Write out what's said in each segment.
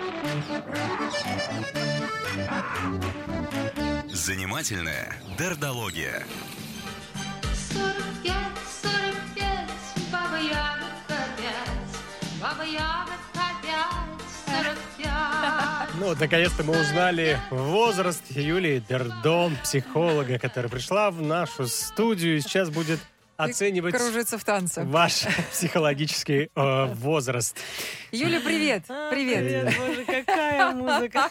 Занимательная дердология. 45, 45, баба ягодка опять, баба ягодка опять, 45. Ну, наконец-то мы узнали возраст Юлии Дердо, психолога, которая пришла в нашу студию и сейчас будет оценивать Кружится в танце. ваш психологический возраст. Юля, привет. Привет. Боже, какая музыка.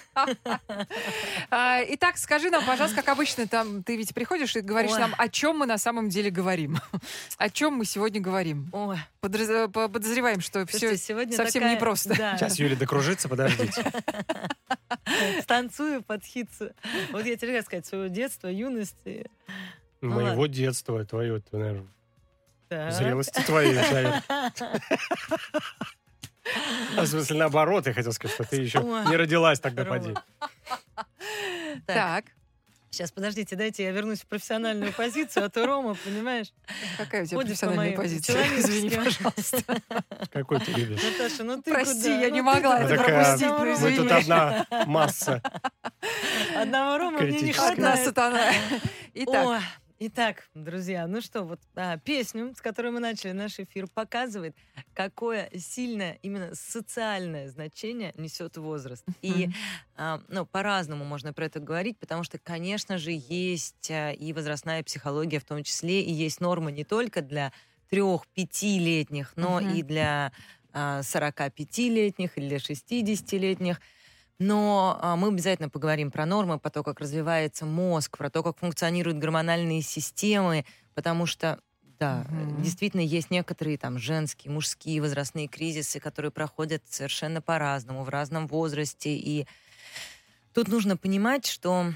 Итак, скажи нам, пожалуйста, как обычно, там ты ведь приходишь и говоришь Ой. нам, о чем мы на самом деле говорим. О чем мы сегодня говорим. Ой, Подозреваем, что слушайте, все сегодня совсем такая- непросто. Да, Сейчас Юля докружится, подождите. станцую под хитсы. Вот я тебе хотела сказать, своего детства, юности. Моего ладно. детства, твое, наверное, Так. зрелости твоей, наверное. В смысле, наоборот, я хотел сказать, что ты еще Ой. не родилась тогда, Здорово. поди. Так, Так, сейчас, подождите, дайте я вернусь в профессиональную позицию, а то Рома, понимаешь, какая у тебя ходит по профессиональная моим позиция? человеческим. Извини, пожалуйста. Какой ты любишь? Наташа, ну ты Прости, куда? я Ну не ты могла куда? это Такая, пропустить, ну, мы извини. тут одна масса. Одного Рома мне не Критическая. Одна хватает. сатана. Итак, Ой, итак, друзья, ну что, вот песню, с которой мы начали наш эфир, показывает, какое сильное именно социальное значение несет возраст. И ну, по-разному можно про это говорить, потому что, конечно же, есть и возрастная психология в том числе, и есть нормы не только для 3-5-летних, но и для 45-летних или для 60-летних. Но мы обязательно поговорим про нормы, про то, как развивается мозг, про то, как функционируют гормональные системы, потому что, да, действительно есть некоторые там женские, мужские возрастные кризисы, которые проходят совершенно по-разному, в разном возрасте. И тут нужно понимать, что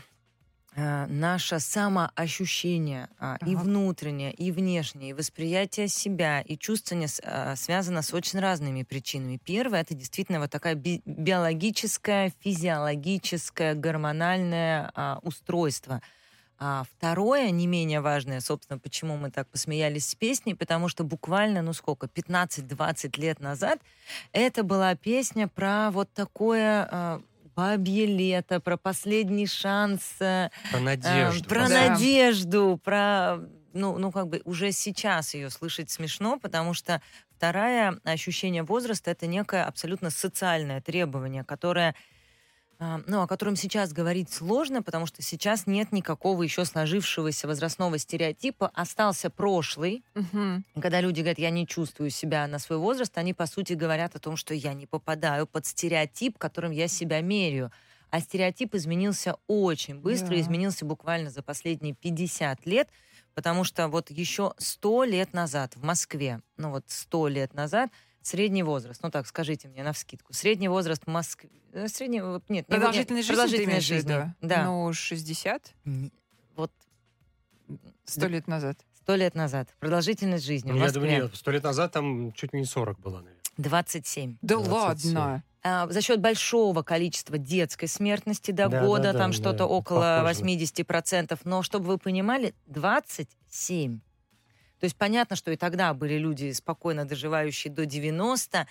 наше самоощущение и внутреннее, и внешнее, и восприятие себя, и чувствование связано с очень разными причинами. Первое — это действительно вот такая биологическое, физиологическое, гормональное устройство. А второе, не менее важное, собственно, почему мы так посмеялись с песней, потому что буквально, 15-20 лет назад это была песня про вот такое... бабье лето, про последний шанс, Про надежду. про Да. надежду, про... как бы уже сейчас ее слышать смешно, потому что второе ощущение возраста — это некое абсолютно социальное требование, которое, о котором сейчас говорить сложно, потому что сейчас нет никакого еще сложившегося возрастного стереотипа. Остался прошлый, когда люди говорят, я не чувствую себя на свой возраст, они, по сути, говорят о том, что я не попадаю под стереотип, которым я себя меряю. А стереотип изменился очень быстро, Да. изменился буквально за последние 50 лет, потому что вот еще 100 лет назад в Москве, 100 лет назад, средний возраст, так, скажите мне навскидку, средний возраст в Москве, продолжительность жизни ты имеешь в виду? Да. 60? Вот 100 лет назад. 100 лет назад. Продолжительность жизни в Я Москве думаю, нет, 100 лет назад там чуть не 40 было, наверное. 27. Да 27. ладно. За счет большого количества детской смертности до Да, года, да, там да, что-то да, около похоже. 80%. Но, чтобы вы понимали, 27. То есть понятно, что и тогда были люди, спокойно доживающие до 90,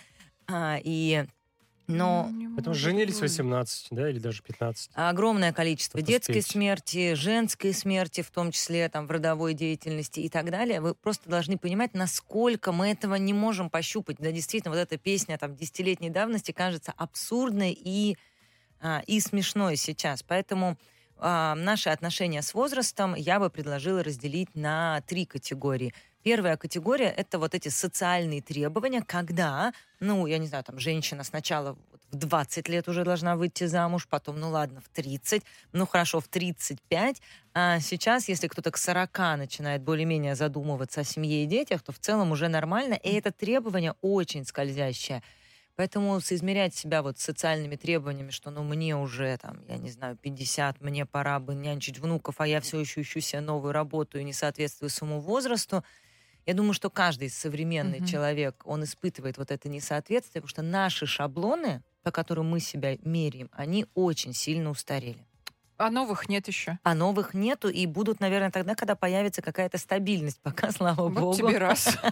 но Поэтому женились в 18, да, или даже 15. огромное количество Чтобы детской успеть. смерти, женской смерти, в том числе там, в родовой деятельности и так далее. Вы просто должны понимать, насколько мы этого не можем пощупать. Да, действительно, вот эта песня там, 10-летней давности кажется абсурдной и смешной сейчас. Поэтому наши отношения с возрастом я бы предложила разделить на 3 категории. Первая категория — это вот эти социальные требования, когда, я не знаю, там, женщина сначала в 20 лет уже должна выйти замуж, потом, в 30, хорошо, в 35, а сейчас, если кто-то к 40 начинает более-менее задумываться о семье и детях, то в целом уже нормально, и это требование очень скользящее. Поэтому соизмерять себя вот с социальными требованиями, что, мне уже, 50, мне пора бы нянчить внуков, а я все еще ищу себе новую работу и не соответствую своему возрасту, я думаю, что каждый современный человек, он испытывает вот это несоответствие, потому что наши шаблоны, по которым мы себя меряем, они очень сильно устарели. А новых нет еще. А новых нету, и будут, наверное, тогда, когда появится какая-то стабильность, пока, слава Вот богу. тебе раз.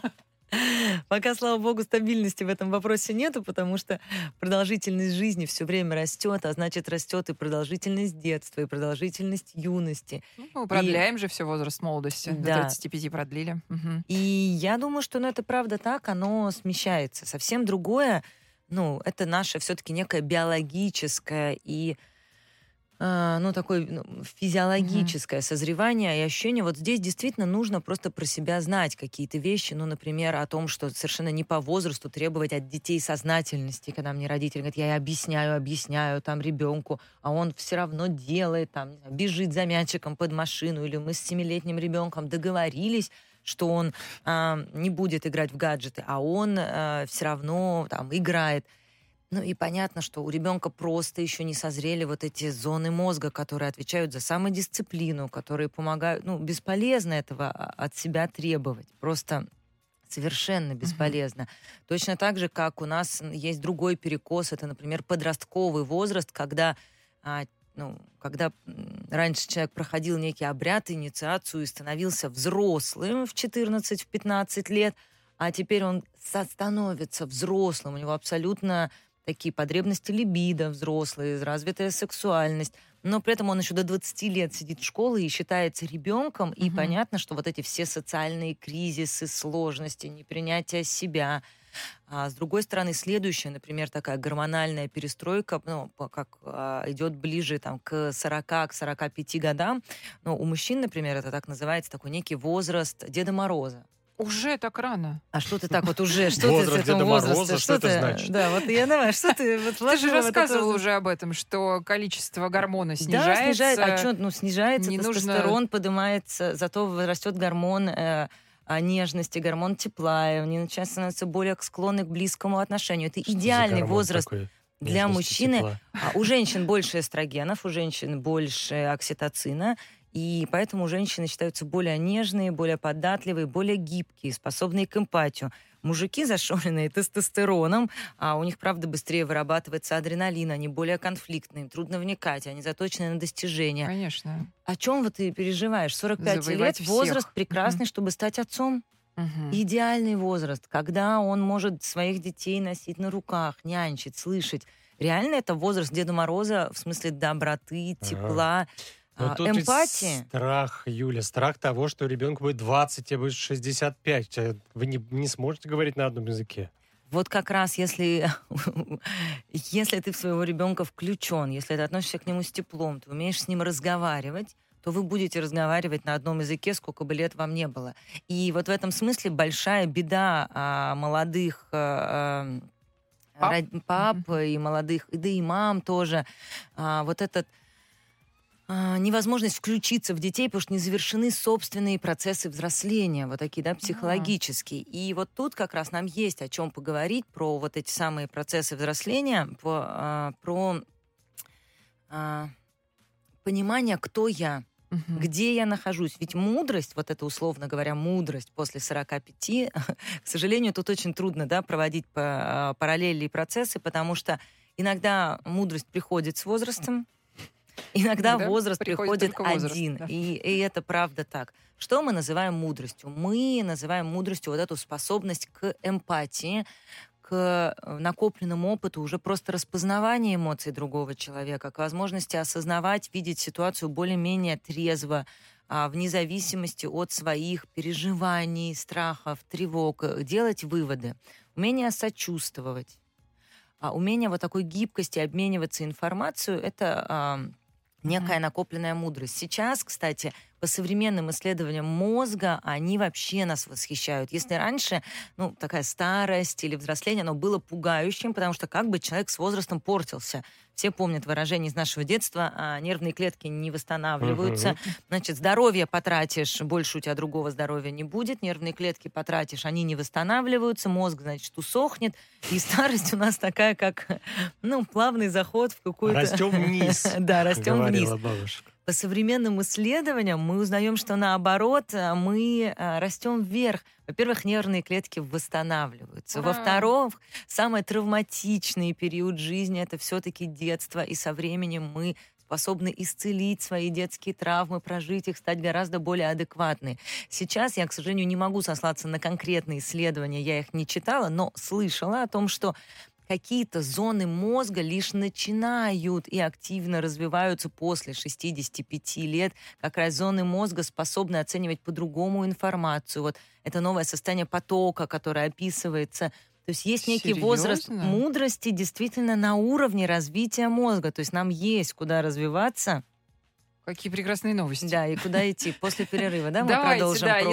Пока, слава богу, стабильности в этом вопросе нету, потому что продолжительность жизни все время растет, а значит, растет и продолжительность детства, и продолжительность юности. Ну, мы продляем же все возраст молодости. До Да. 35 продлили. Мгм. И я думаю, что это правда так, оно смещается. Совсем другое, это наше все-таки некое биологическое и такое физиологическое созревание и ощущение. Вот здесь действительно нужно просто про себя знать какие-то вещи. Например, о том, что совершенно не по возрасту требовать от детей сознательности, когда мне родители говорят, я объясняю там ребенку, а он все равно делает, там, не знаю, бежит за мячиком под машину, или мы с 7-летним ребенком договорились, что он не будет играть в гаджеты, а он все равно там играет. И понятно, что у ребенка просто еще не созрели вот эти зоны мозга, которые отвечают за самодисциплину, которые помогают. Бесполезно этого от себя требовать. Просто совершенно бесполезно. Точно так же, как у нас есть другой перекос, это, например, подростковый возраст, когда раньше человек проходил некий обряд, инициацию и становился взрослым в 14-15 лет, а теперь он становится взрослым, у него абсолютно такие потребности либидо взрослые, развитая сексуальность, но при этом он еще до 20 лет сидит в школе и считается ребенком, и понятно, что вот эти все социальные кризисы, сложности, непринятие себя. А с другой стороны, следующая, например, такая гормональная перестройка, как идет ближе к 40-45 годам, у мужчин, например, это так называется, такой некий возраст Деда Мороза. Уже так рано. А что ты так вот уже? Что Возраст ты с этого Деда Мороза, возраста? что это значит? Да, вот я давай, что ты вот Ты же вложила в этот рассказывал возраст? уже об этом, что количество гормона Да, снижается. снижается. А что, снижается, не тестостерон поднимается, зато растет гормон нежности, гормон тепла, и они начинают становиться более склонны к близкому отношению. Это Что за идеальный гормон возраст такой для нежности, мужчины. тепла? У женщин больше эстрогенов, у женщин больше окситоцина, и поэтому женщины считаются более нежные, более податливые, более гибкие, способные к эмпатию. Мужики, зашоренные тестостероном, у них, правда, быстрее вырабатывается адреналин, они более конфликтные, им трудно вникать, они заточены на достижения. Конечно. О чем вот ты переживаешь? 45 Завоевать лет, всех. возраст прекрасный, чтобы стать отцом. Идеальный возраст, когда он может своих детей носить на руках, нянчить, слышать. Реально это возраст Деда Мороза в смысле доброты, тепла, Тут ведь эмпатии. страх, Юля, страх того, что ребенку будет 20, тебе будет 65. Вы не сможете говорить на одном языке. Вот как раз если ты в своего ребенка включен, если ты относишься к нему с теплом, ты умеешь с ним разговаривать, то вы будете разговаривать на одном языке, сколько бы лет вам не было. И вот в этом смысле большая беда молодых пап и молодых, да и мам тоже, вот этот невозможность включиться в детей, потому что не завершены собственные процессы взросления, вот такие, психологические. И вот тут как раз нам есть о чем поговорить, про вот эти самые процессы взросления, про понимание, кто я, где я нахожусь. Ведь мудрость, вот эта, условно говоря, мудрость после 45, к сожалению, тут очень трудно, проводить параллели и процессы, потому что иногда мудрость приходит с возрастом, иногда возраст приходит один. Да. И это правда так. Что мы называем мудростью? Мы называем мудростью вот эту способность к эмпатии, к накопленному опыту, уже просто распознавание эмоций другого человека, к возможности осознавать, видеть ситуацию более-менее трезво, вне зависимости от своих переживаний, страхов, тревог, делать выводы. Умение сочувствовать. Умение вот такой гибкости обмениваться информацией — это некая накопленная мудрость. Сейчас, кстати, по современным исследованиям мозга, они вообще нас восхищают. Если раньше, такая старость или взросление, оно было пугающим, потому что как бы человек с возрастом портился. Все помнят выражение из нашего детства: нервные клетки не восстанавливаются. Значит, здоровье потратишь, больше у тебя другого здоровья не будет. Нервные клетки потратишь, они не восстанавливаются. Мозг, значит, усохнет. И старость у нас такая, как, плавный заход в какую-то... Растем вниз. Да, растем вниз. Бабушка. По современным исследованиям мы узнаем, что наоборот, мы растем вверх. Во-первых, нервные клетки восстанавливаются. Ура! Во-вторых, самый травматичный период жизни — это все-таки детство. И со временем мы способны исцелить свои детские травмы, прожить их, стать гораздо более адекватны. Сейчас я, к сожалению, не могу сослаться на конкретные исследования, я их не читала, но слышала о том, что какие-то зоны мозга лишь начинают и активно развиваются после 65 лет. Как раз зоны мозга способны оценивать по-другому информацию. Вот это новое состояние потока, которое описывается. То есть есть некий возраст Серьезно? мудрости действительно на уровне развития мозга. То есть нам есть куда развиваться, Какие прекрасные новости. да, и куда идти. После перерыва, да, мы Давайте, продолжим. да,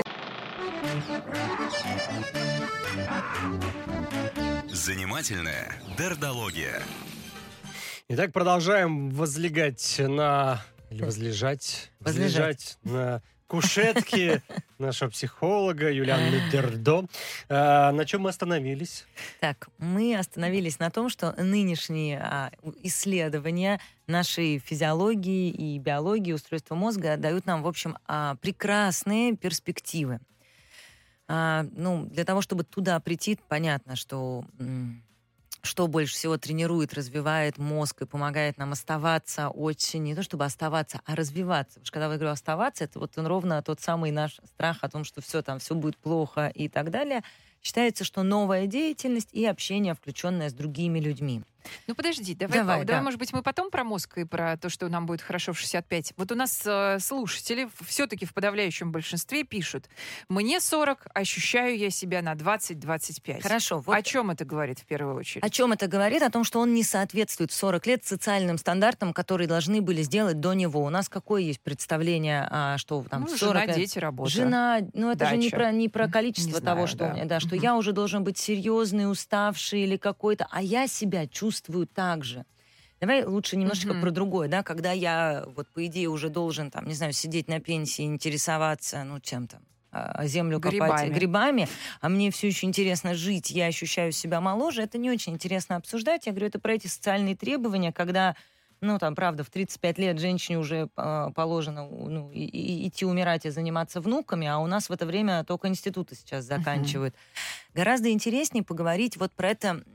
Занимательная дердология. Итак, продолжаем возлегать на... Или возлежать? Возлежать. На кушетке нашего психолога Юлианы Дердо. На чем мы остановились? Так, мы остановились на том, что нынешние исследования нашей физиологии и биологии, устройства мозга дают нам, в общем, прекрасные перспективы. Для того, чтобы туда прийти, понятно, что больше всего тренирует, развивает мозг и помогает нам оставаться очень, не то чтобы оставаться, а развиваться. Потому что когда я говорю оставаться, это вот ровно тот самый наш страх о том, что все будет плохо и так далее. Считается, что новая деятельность и общение, включенное с другими людьми. Ну подожди, давай, да. может быть, мы потом про мозг и про то, что нам будет хорошо в 65. Вот у нас слушатели все-таки в подавляющем большинстве пишут: мне 40, ощущаю я себя на 20-25. Хорошо. Вот О чем это говорит в первую очередь? о чем это говорит? О том, что он не соответствует в 40 лет социальным стандартам, которые должны были сделать до него. У нас какое есть представление, что там в 40 жена, лет... дети, работа. Жена, это же Дача. не про количество Не знаю, того, что да. у меня, да, что Мгм. я уже должен быть серьезный, уставший или какой-то, а я себя чувствую так же. Давай лучше немножечко Мгм. про другое, да, когда я, вот по идее, уже должен, там, не знаю, сидеть на пенсии, интересоваться, чем там, землю копать грибами, а мне все еще интересно жить, я ощущаю себя моложе, это не очень интересно обсуждать. Я говорю, это про эти социальные требования, когда, правда, в 35 лет женщине уже положено идти умирать и заниматься внуками, а у нас в это время только институты сейчас заканчивают. Гораздо интереснее поговорить вот про это...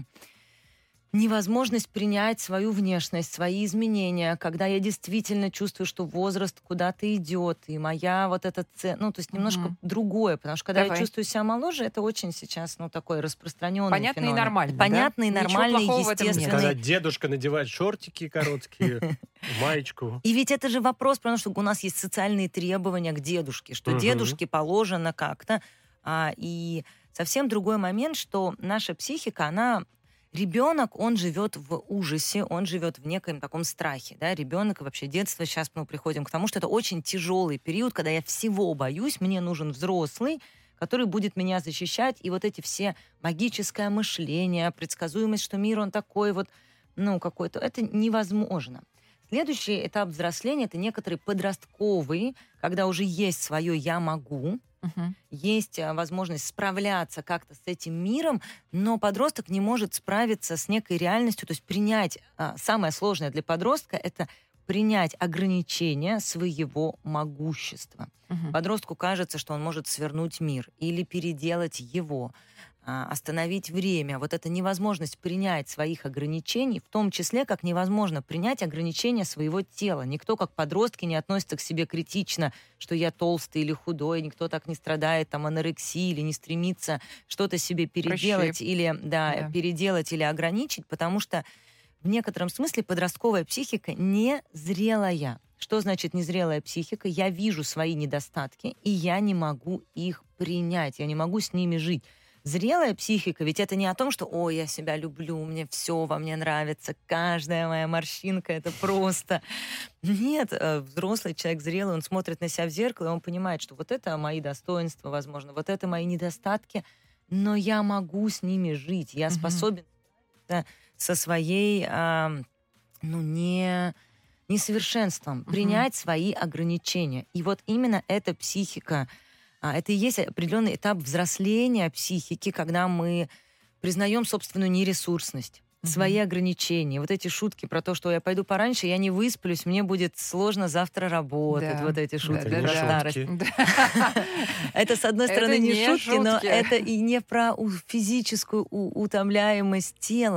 невозможность принять свою внешность, свои изменения, когда я действительно чувствую, что возраст куда-то идет, и моя вот эта то есть немножко другое, потому что когда я Давай. чувствую себя моложе, это очень сейчас, такой распространенный Понятно и феномен. нормально, да? Понятно и Ничего нормально, плохого в этом нет. естественно. Когда дедушка надевает шортики короткие, маечку. И ведь это же вопрос, потому что у нас есть социальные требования к дедушке, что Мгм. дедушке положено как-то. И совсем другой момент, что наша психика, ребенок, он живет в ужасе, он живет в некоем таком страхе. Да? Ребенок и вообще детство, сейчас мы приходим к тому, что это очень тяжелый период, когда я всего боюсь, мне нужен взрослый, который будет меня защищать. И вот эти все магическое мышление, предсказуемость, что мир он такой вот, какой-то, это невозможно. Следующий этап взросления — это некоторый подростковый, когда уже есть свое «я могу», Мгм. есть возможность справляться как-то с этим миром, но подросток не может справиться с некой реальностью, то есть принять, самое сложное для подростка — это принять ограничения своего могущества. Мгм. Подростку кажется, что он может свернуть мир или переделать его, остановить время. Вот эта невозможность принять своих ограничений, в том числе, как невозможно принять ограничения своего тела. Никто, как подростки, не относится к себе критично, что я толстый или худой, никто так не страдает анорексией или не стремится что-то себе переделать или, Да. переделать или ограничить, потому что в некотором смысле подростковая психика незрелая. Что значит незрелая психика? Я вижу свои недостатки, и я не могу их принять, я не могу с ними жить. Зрелая психика, ведь это не о том, что «Ой, я себя люблю, мне все во мне нравится, каждая моя морщинка — это просто...» Нет, взрослый человек зрелый, он смотрит на себя в зеркало, и он понимает, что вот это мои достоинства, возможно, вот это мои недостатки, но я могу с ними жить, я способен со своей, несовершенством принять свои ограничения. И вот именно эта психика, это и есть определенный этап взросления психики, когда мы признаем собственную нересурсность, свои ограничения. Вот эти шутки про то, что я пойду пораньше, я не высплюсь, мне будет сложно завтра работать. Да. Вот эти шутки Да, про да. старость. Да. Это, с одной Это стороны, не не шутки, но шутки. это и не про физическую утомляемость тела.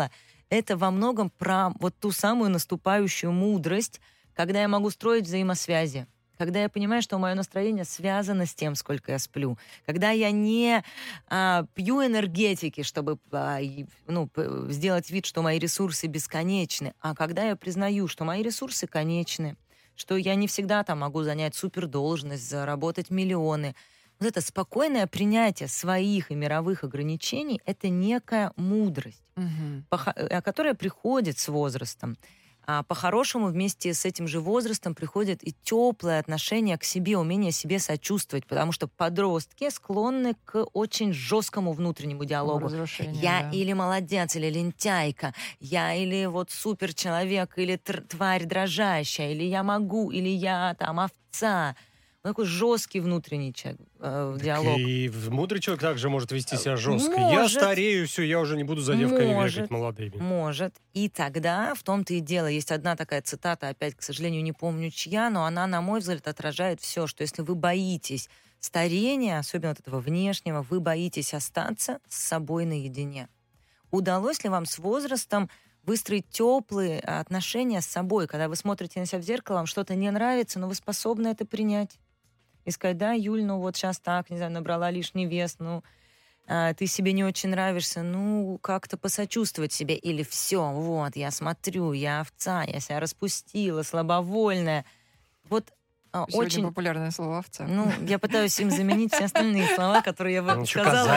это во многом про вот ту самую наступающую мудрость, когда я могу строить взаимосвязи, когда я понимаю, что мое настроение связано с тем, сколько я сплю, когда я не пью энергетики, чтобы сделать вид, что мои ресурсы бесконечны, а когда я признаю, что мои ресурсы конечны, что я не всегда там могу занять супердолжность, заработать миллионы. Вот это спокойное принятие своих и мировых ограничений — это некая мудрость, которая приходит с возрастом. А по-хорошему вместе с этим же возрастом приходит и теплое отношение к себе, умение себе сочувствовать, потому что подростки склонны к очень жесткому внутреннему диалогу. Я или молодец, или лентяйка, я или вот суперчеловек, или тварь дрожащая, или я могу, или я там овца. Такой жесткий внутренний диалог. И мудрый человек также может вести себя жестко. Я старею, все, я уже не буду за девками бегать молодыми. Может. И тогда, в том-то и дело, есть одна такая цитата, опять, к сожалению, не помню чья, но она, на мой взгляд, отражает все, что если вы боитесь старения, особенно от этого внешнего, вы боитесь остаться с собой наедине. Удалось ли вам с возрастом выстроить теплые отношения с собой, когда вы смотрите на себя в зеркало, вам что-то не нравится, но вы способны это принять? И сказать: да, Юль, ну вот сейчас так, не знаю, набрала лишний вес, ты себе не очень нравишься, как-то посочувствовать себе. Или все, вот, я смотрю, я овца, я себя распустила, слабовольная. Вот сегодня очень популярное слово «овца». Я пытаюсь им заменить все остальные слова, которые я вам сказала.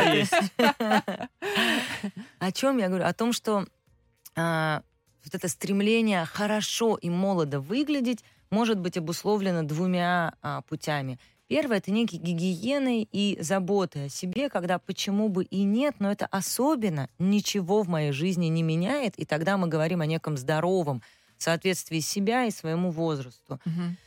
О чем я говорю? О том, что вот это стремление хорошо и молодо выглядеть может быть обусловлено двумя путями. Первое — это некие гигиены и заботы о себе, когда почему бы и нет, но это особенно ничего в моей жизни не меняет, и тогда мы говорим о неком здоровом соответствии себя и своему возрасту.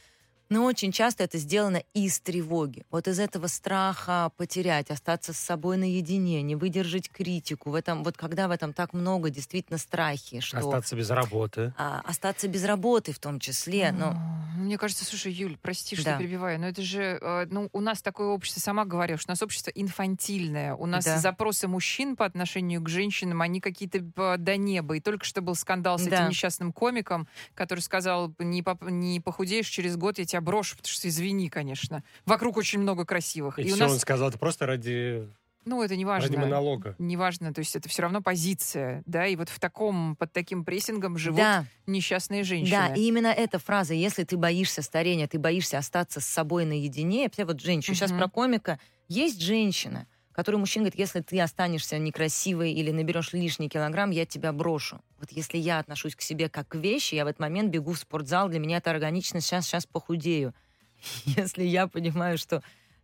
Но очень часто это сделано из тревоги. Вот из этого страха потерять, остаться с собой наедине, не выдержать критику. Когда в этом так много действительно страхи. Что, остаться без работы. Остаться без работы в том числе. Мне кажется, слушай, Юль, прости, что перебиваю, но это же, у нас такое общество, сама говорила, что у нас общество инфантильное. У нас запросы мужчин по отношению к женщинам, они какие-то до неба. И только что был скандал с этим несчастным комиком, который сказал: не похудеешь, через год я тебя брошу, потому что, извини, конечно. Вокруг очень много красивых. И все, он сказал, это просто ради... это не важно. Ради монолога. Не важно, то есть это все равно позиция, да, и вот под таким прессингом живут несчастные женщины. Да, и именно эта фраза: если ты боишься старения, ты боишься остаться с собой наедине. Вот женщина, сейчас про комика. Есть женщина, которой мужчина говорит: если ты останешься некрасивой или наберешь лишний килограмм, я тебя брошу. Вот если я отношусь к себе как к вещи, я в этот момент бегу в спортзал, для меня это органично, сейчас похудею. Если я понимаю, что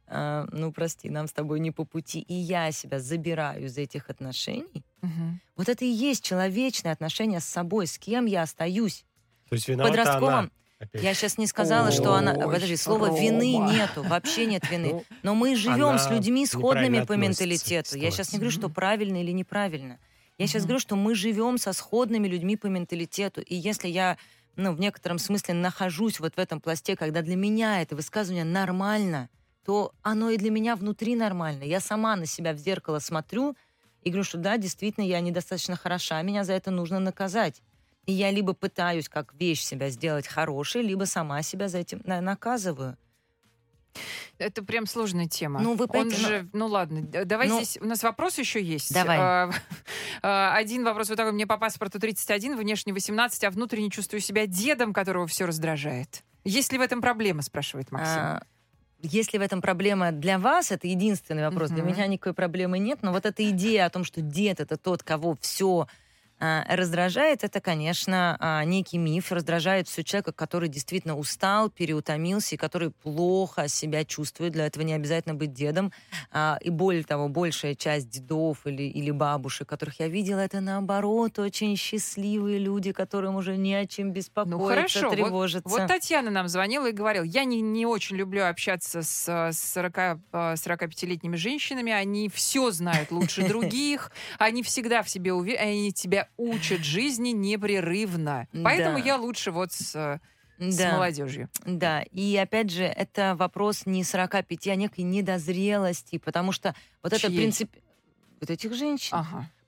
прости, нам с тобой не по пути, и я себя забираю из этих отношений, вот это и есть человечное отношение с собой, с кем я остаюсь. То есть виновата она. Я сейчас не сказала, что она... Подожди, слова вины нету, вообще нет вины. Но мы живем с людьми сходными по менталитету. Я сейчас не говорю, что правильно или неправильно. Я сейчас говорю, что мы живем со сходными людьми по менталитету. И если я, в некотором смысле нахожусь вот в этом пласте, когда для меня это высказывание нормально, то оно и для меня внутри нормально. Я сама на себя в зеркало смотрю и говорю, что да, действительно, я недостаточно хороша, меня за это нужно наказать. И я либо пытаюсь как вещь себя сделать хорошей, либо сама себя за этим наказываю. Это прям сложная тема. Вы понимаете, ладно, давай здесь... У нас вопрос еще есть. Давай. Один вопрос вот такой. Мне по паспорту 31, внешне 18, а внутренне чувствую себя дедом, которого все раздражает. Есть ли в этом проблема, спрашивает Максим. Если в этом проблема для вас, это единственный вопрос. Для меня никакой проблемы нет. Но вот эта идея о том, что дед — это тот, кого все раздражает, это, конечно, некий миф. Раздражает все человека, который действительно устал, переутомился и который плохо себя чувствует. Для этого не обязательно быть дедом. И более того, большая часть дедов или бабушек, которых я видела, это наоборот очень счастливые люди, которым уже не о чем беспокоиться, тревожиться. Вот Татьяна нам звонила и говорила: я не очень люблю общаться с 45-летними женщинами, они все знают лучше других, они всегда в себе уверены, они тебя учат жизни непрерывно. Поэтому я лучше с молодежью. Да, и опять же, это вопрос не 45, а некой недозрелости, потому что вот это принцип вот этих женщин.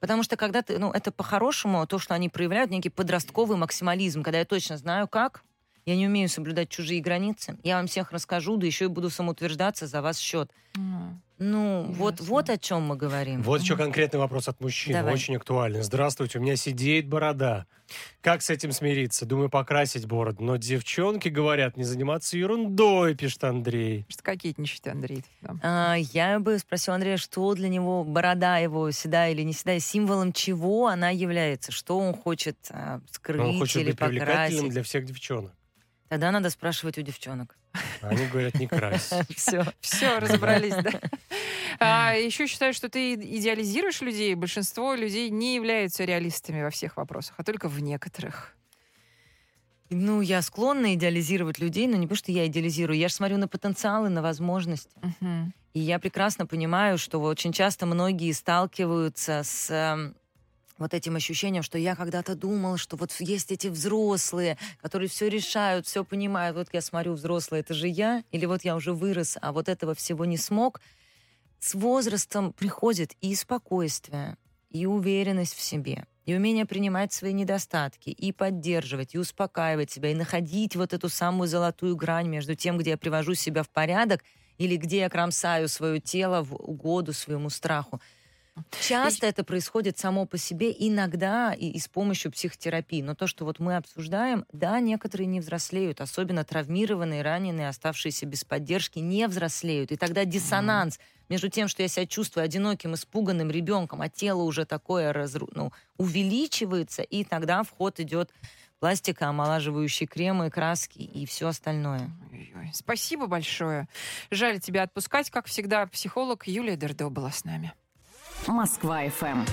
Потому что когда ты, это по-хорошему, то, что они проявляют, некий подростковый максимализм, когда я точно знаю, как, я не умею соблюдать чужие границы, я вам всех расскажу, да еще и буду самоутверждаться за вас счет. Вот о чем мы говорим. Вот еще конкретный вопрос от мужчин, Давай. очень актуальный. Здравствуйте, у меня сидеет борода. Как с этим смириться? Думаю, покрасить бороду. Но девчонки говорят, не заниматься ерундой, пишет Андрей. Что кокетничает Андрей? Да. Я бы спросила Андрея, что для него борода его, седая или не седая, символом чего она является, что он хочет скрыть Он хочет или быть привлекательным покрасить. для всех девчонок. Тогда надо спрашивать у девчонок. Они говорят, не крась. Все. Разобрались, да. Еще считаю, что ты идеализируешь людей. Большинство людей не являются реалистами во всех вопросах, а только в некоторых. Я склонна идеализировать людей, но не потому, что я идеализирую. Я же смотрю на потенциалы, на возможности. И я прекрасно понимаю, что очень часто многие сталкиваются с вот этим ощущением, что я когда-то думал, что вот есть эти взрослые, которые все решают, все понимают. Вот я смотрю, взрослый — это же я, или вот я уже вырос, а вот этого всего не смог. С возрастом приходит и спокойствие, и уверенность в себе, и умение принимать свои недостатки, и поддерживать, и успокаивать себя, и находить вот эту самую золотую грань между тем, где я привожу себя в порядок, или где я кромсаю свое тело в угоду своему страху. Часто это происходит само по себе, иногда и с помощью психотерапии. Но то, что вот мы обсуждаем, да, некоторые не взрослеют, особенно травмированные, раненые, оставшиеся без поддержки, не взрослеют. И тогда диссонанс между тем, что я себя чувствую одиноким, испуганным ребенком, а тело уже такое увеличивается, и тогда в ход идет пластика, омолаживающие кремы, краски и все остальное. Ой-ой. Спасибо большое. Жаль тебя отпускать. Как всегда, психолог Юлия Дердо была с нами. Москва-ФМ.